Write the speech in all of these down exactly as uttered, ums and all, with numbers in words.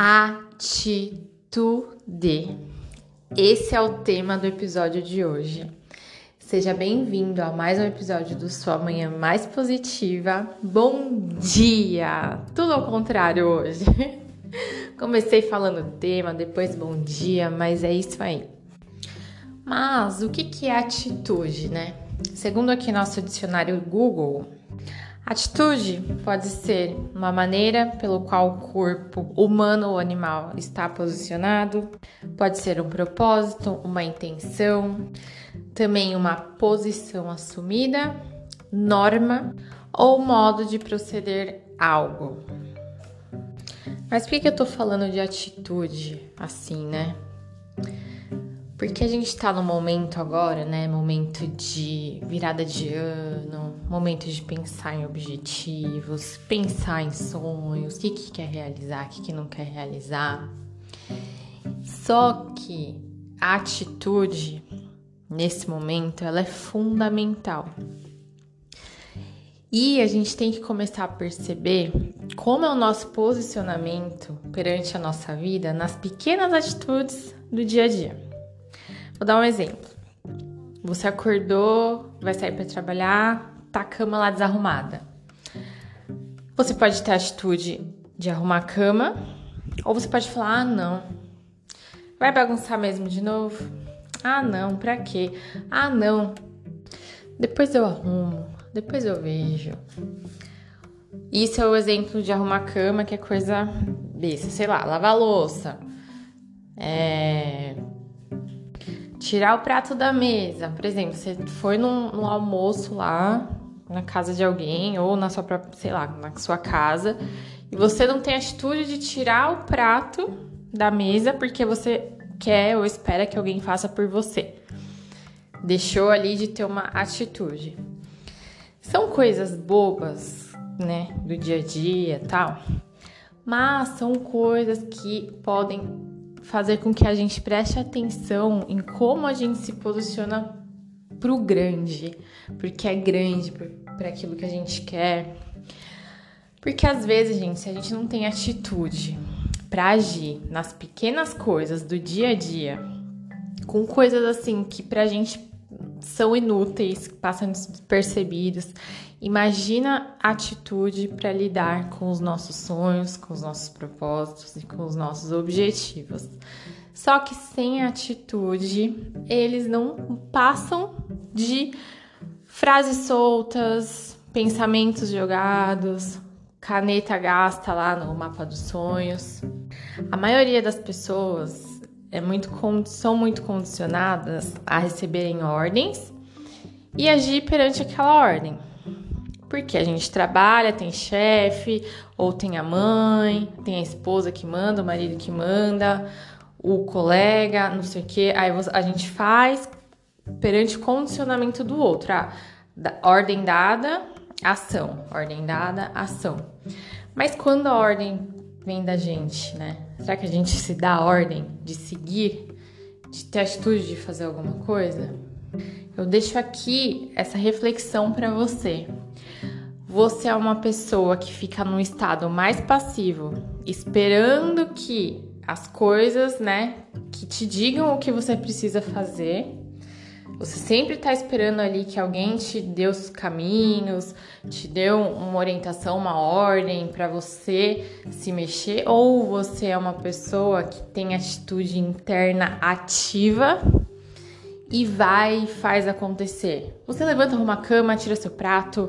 Atitude. Esse é o tema do episódio de hoje. Seja bem-vindo a mais um episódio do Sua Manhã Mais Positiva. Bom dia! Tudo ao contrário hoje. Comecei falando tema, depois bom dia, mas é isso aí. Mas o que que é atitude, né? Segundo aqui nosso dicionário Google, atitude pode ser uma maneira pelo qual o corpo humano ou animal está posicionado, pode ser um propósito, uma intenção, também uma posição assumida, norma ou modo de proceder algo. Mas por que eu tô falando de atitude assim, né? Porque a gente tá no momento agora, né? Momento de virada de ano, momento de pensar em objetivos, pensar em sonhos, o que que quer realizar, o que que não quer realizar. Só que a atitude, nesse momento, ela é fundamental. E a gente tem que começar a perceber como é o nosso posicionamento perante a nossa vida nas pequenas atitudes do dia a dia. Vou dar um exemplo. Você acordou, vai sair para trabalhar, tá a cama lá desarrumada. Você pode ter a atitude de arrumar a cama, ou você pode falar, ah, não. Vai bagunçar mesmo de novo? Ah, não, pra quê? Ah, não. Depois eu arrumo, depois eu vejo. Isso é o exemplo de arrumar a cama, que é coisa besta. Sei lá, lavar a louça. É... Tirar o prato da mesa. Por exemplo, você foi num, num almoço lá, na casa de alguém, ou na sua própria, sei lá, na sua casa, e você não tem a atitude de tirar o prato da mesa porque você quer ou espera que alguém faça por você. Deixou ali de ter uma atitude. São coisas bobas, né, do dia a dia e tal, mas são coisas que podem fazer com que a gente preste atenção em como a gente se posiciona pro grande, porque é grande, para aquilo que a gente quer. Porque às vezes, gente, se a gente não tem atitude para agir nas pequenas coisas do dia a dia, com coisas assim que pra gente são inúteis, passam despercebidos, imagina a atitude para lidar com os nossos sonhos, com os nossos propósitos e com os nossos objetivos. Só que sem atitude, eles não passam de frases soltas, pensamentos jogados, caneta gasta lá no mapa dos sonhos. A maioria das pessoas é muito, são muito condicionadas a receberem ordens e agir perante aquela ordem. Porque a gente trabalha, tem chefe, ou tem a mãe, tem a esposa que manda, o marido que manda, o colega, não sei o quê. Aí a gente faz perante o condicionamento do outro. Ah, ordem dada, ação. Ordem dada, ação. Mas quando a ordem vem da gente, né? Será que a gente se dá a ordem de seguir, de ter a atitude de fazer alguma coisa? Eu deixo aqui essa reflexão para você. Você é uma pessoa que fica num estado mais passivo, esperando que as coisas, né, que te digam o que você precisa fazer. Você sempre tá esperando ali que alguém te dê os caminhos, te dê uma orientação, uma ordem para você se mexer, ou você é uma pessoa que tem atitude interna ativa e vai e faz acontecer. Você levanta, arruma a cama, tira seu prato,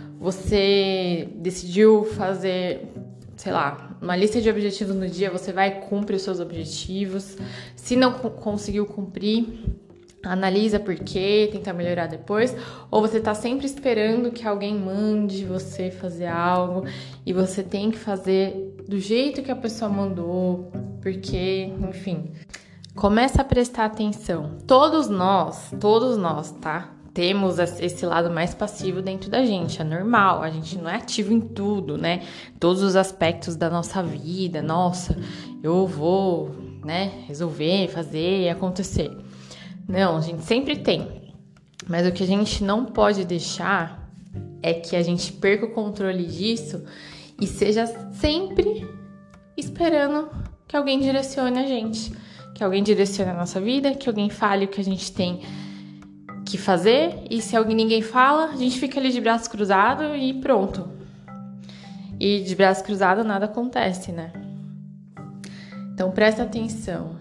você decidiu fazer, sei lá, uma lista de objetivos no dia, você vai e cumpre os seus objetivos. Se não conseguiu cumprir, analisa por quê, tenta melhorar depois. Ou você tá sempre esperando que alguém mande você fazer algo e você tem que fazer do jeito que a pessoa mandou, porque, enfim, começa a prestar atenção. Todos nós, todos nós, tá? Temos esse lado mais passivo dentro da gente, é normal, a gente não é ativo em tudo, né? Todos os aspectos da nossa vida, nossa, eu vou, né, resolver, fazer, acontecer. Não, a gente sempre tem, mas o que a gente não pode deixar é que a gente perca o controle disso e seja sempre esperando que alguém direcione a gente, que alguém direcione a nossa vida, que alguém fale o que a gente tem que fazer, e se alguém ninguém fala, a gente fica ali de braços cruzados e pronto. E de braços cruzados nada acontece, né? Então presta atenção.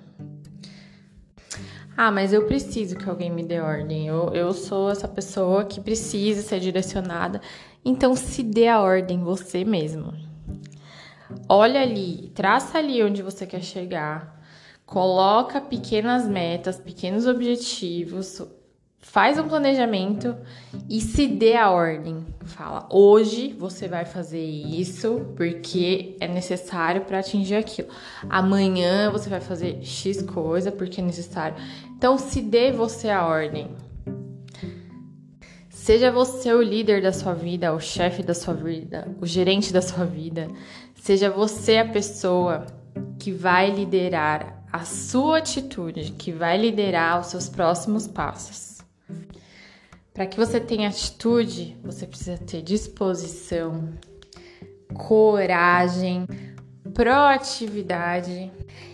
Ah, mas eu preciso que alguém me dê ordem. Eu, eu sou essa pessoa que precisa ser direcionada. Então se dê a ordem você mesmo. Olha ali, traça ali onde você quer chegar. Coloca pequenas metas, pequenos objetivos. Faz um planejamento e se dê a ordem. Fala, hoje você vai fazer isso porque é necessário para atingir aquilo. Amanhã você vai fazer X coisa porque é necessário. Então, se dê você a ordem. Seja você o líder da sua vida, o chefe da sua vida, o gerente da sua vida. Seja você a pessoa que vai liderar a sua atitude, que vai liderar os seus próximos passos. Para que você tenha atitude, você precisa ter disposição, coragem, proatividade,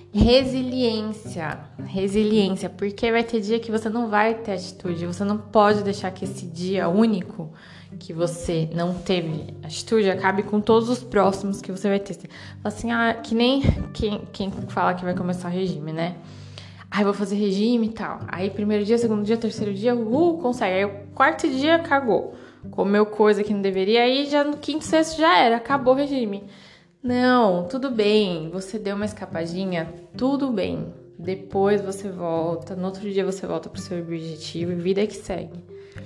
resiliência. Resiliência, porque vai ter dia que você não vai ter atitude. Você não pode deixar que esse dia único que você não teve atitude acabe com todos os próximos que você vai ter. Assim, ah, que nem quem, quem fala que vai começar regime, né? Aí vou fazer regime e tal. Aí primeiro dia, segundo dia, terceiro dia, uh, consegue. Aí o quarto dia, cagou. Comeu coisa que não deveria. Aí já no quinto, sexto já era. Acabou o regime. Não, tudo bem. Você deu uma escapadinha, tudo bem. Depois você volta. No outro dia você volta pro seu objetivo. E vida que segue.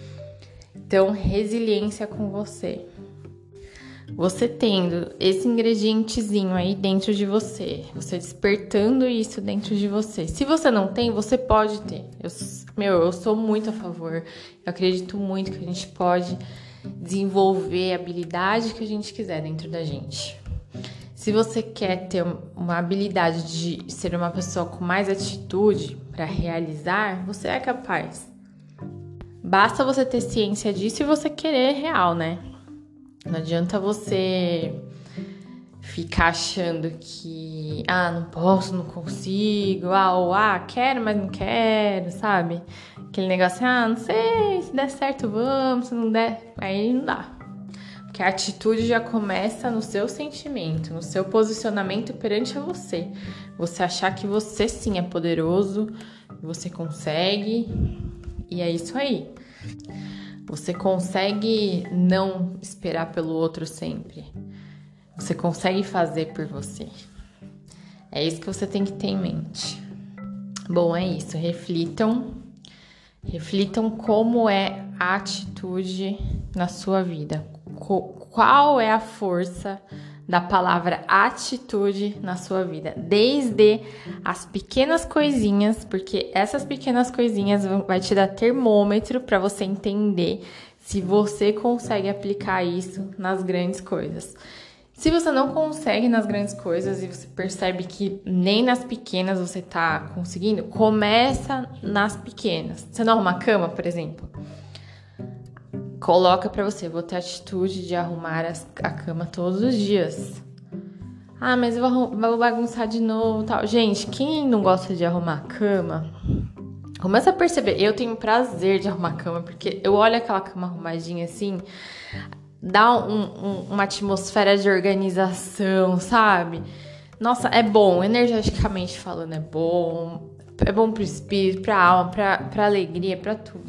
Então, resiliência com você. Você tendo esse ingredientezinho aí dentro de você, você despertando isso dentro de você. Se você não tem, você pode ter. Eu, meu, eu sou muito a favor. Eu acredito muito que a gente pode desenvolver a habilidade que a gente quiser dentro da gente. Se você quer ter uma habilidade de ser uma pessoa com mais atitude para realizar, você é capaz. Basta você ter ciência disso e você querer real, né? Não adianta você ficar achando que, ah, não posso, não consigo, ah, ou ah, quero, mas não quero, sabe? Aquele negócio, ah, não sei, se der certo, vamos, se não der, aí não dá. Porque a atitude já começa no seu sentimento, no seu posicionamento perante a você. Você achar que você sim é poderoso, você consegue, e é isso aí. Você consegue não esperar pelo outro sempre. Você consegue fazer por você. É isso que você tem que ter em mente. Bom, é isso. Reflitam. Reflitam como é a atitude na sua vida. Qual é a força da palavra atitude na sua vida, desde as pequenas coisinhas, porque essas pequenas coisinhas vão, vai te dar termômetro para você entender se você consegue aplicar isso nas grandes coisas. Se você não consegue nas grandes coisas e você percebe que nem nas pequenas você tá conseguindo, começa nas pequenas. Você não arruma a cama, por exemplo? Coloca pra você, vou ter a atitude de arrumar a cama todos os dias. Ah, mas eu vou, vou bagunçar de novo e tal. Gente, quem não gosta de arrumar a cama, começa a perceber. Eu tenho prazer de arrumar a cama, porque eu olho aquela cama arrumadinha assim, dá um, um, uma atmosfera de organização, sabe? Nossa, é bom, energeticamente falando, é bom. É bom pro espírito, pra alma, pra, pra alegria, pra tudo.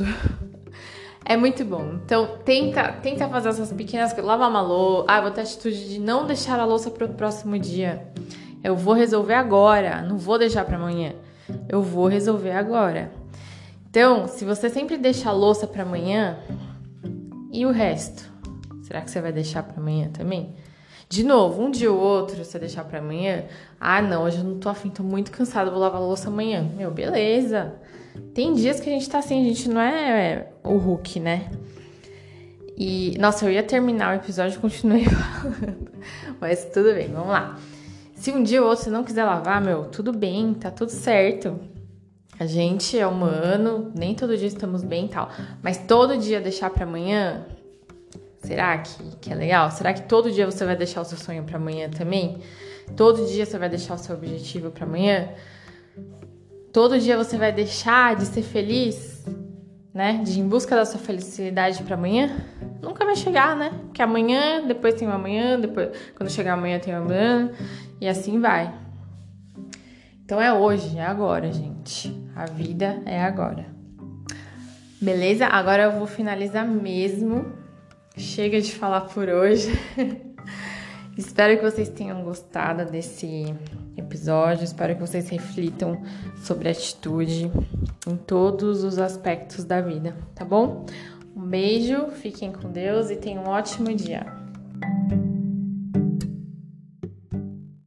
É muito bom. Então, tenta, tenta fazer essas pequenas coisas. Lavar uma louça. Ah, vou ter a atitude de não deixar a louça para o próximo dia. Eu vou resolver agora. Não vou deixar para amanhã. Eu vou resolver agora. Então, se você sempre deixa a louça para amanhã, e o resto? Será que você vai deixar para amanhã também? De novo, um dia ou outro você deixar para amanhã. Ah, não, hoje eu não tô afim, tô muito cansada, vou lavar a louça amanhã. Meu, beleza. Tem dias que a gente tá assim, a gente não é o Hulk, né? E, nossa, eu ia terminar o episódio e continuei falando. Mas tudo bem, vamos lá. Se um dia ou outro você não quiser lavar, meu, tudo bem, tá tudo certo. A gente é humano, nem todo dia estamos bem e tal. Mas todo dia deixar pra amanhã, será que, que é legal? Será que todo dia você vai deixar o seu sonho pra amanhã também? Todo dia você vai deixar o seu objetivo para amanhã? Todo dia você vai deixar de ser feliz, né? De ir em busca da sua felicidade para amanhã? Nunca vai chegar, né? Porque amanhã, depois tem o amanhã, depois, quando chegar amanhã tem o amanhã, e assim vai. Então é hoje, é agora, gente. A vida é agora. Beleza? Agora eu vou finalizar mesmo. Chega de falar por hoje. Espero que vocês tenham gostado desse episódio. Espero que vocês reflitam sobre atitude em todos os aspectos da vida, tá bom? Um beijo, fiquem com Deus e tenham um ótimo dia.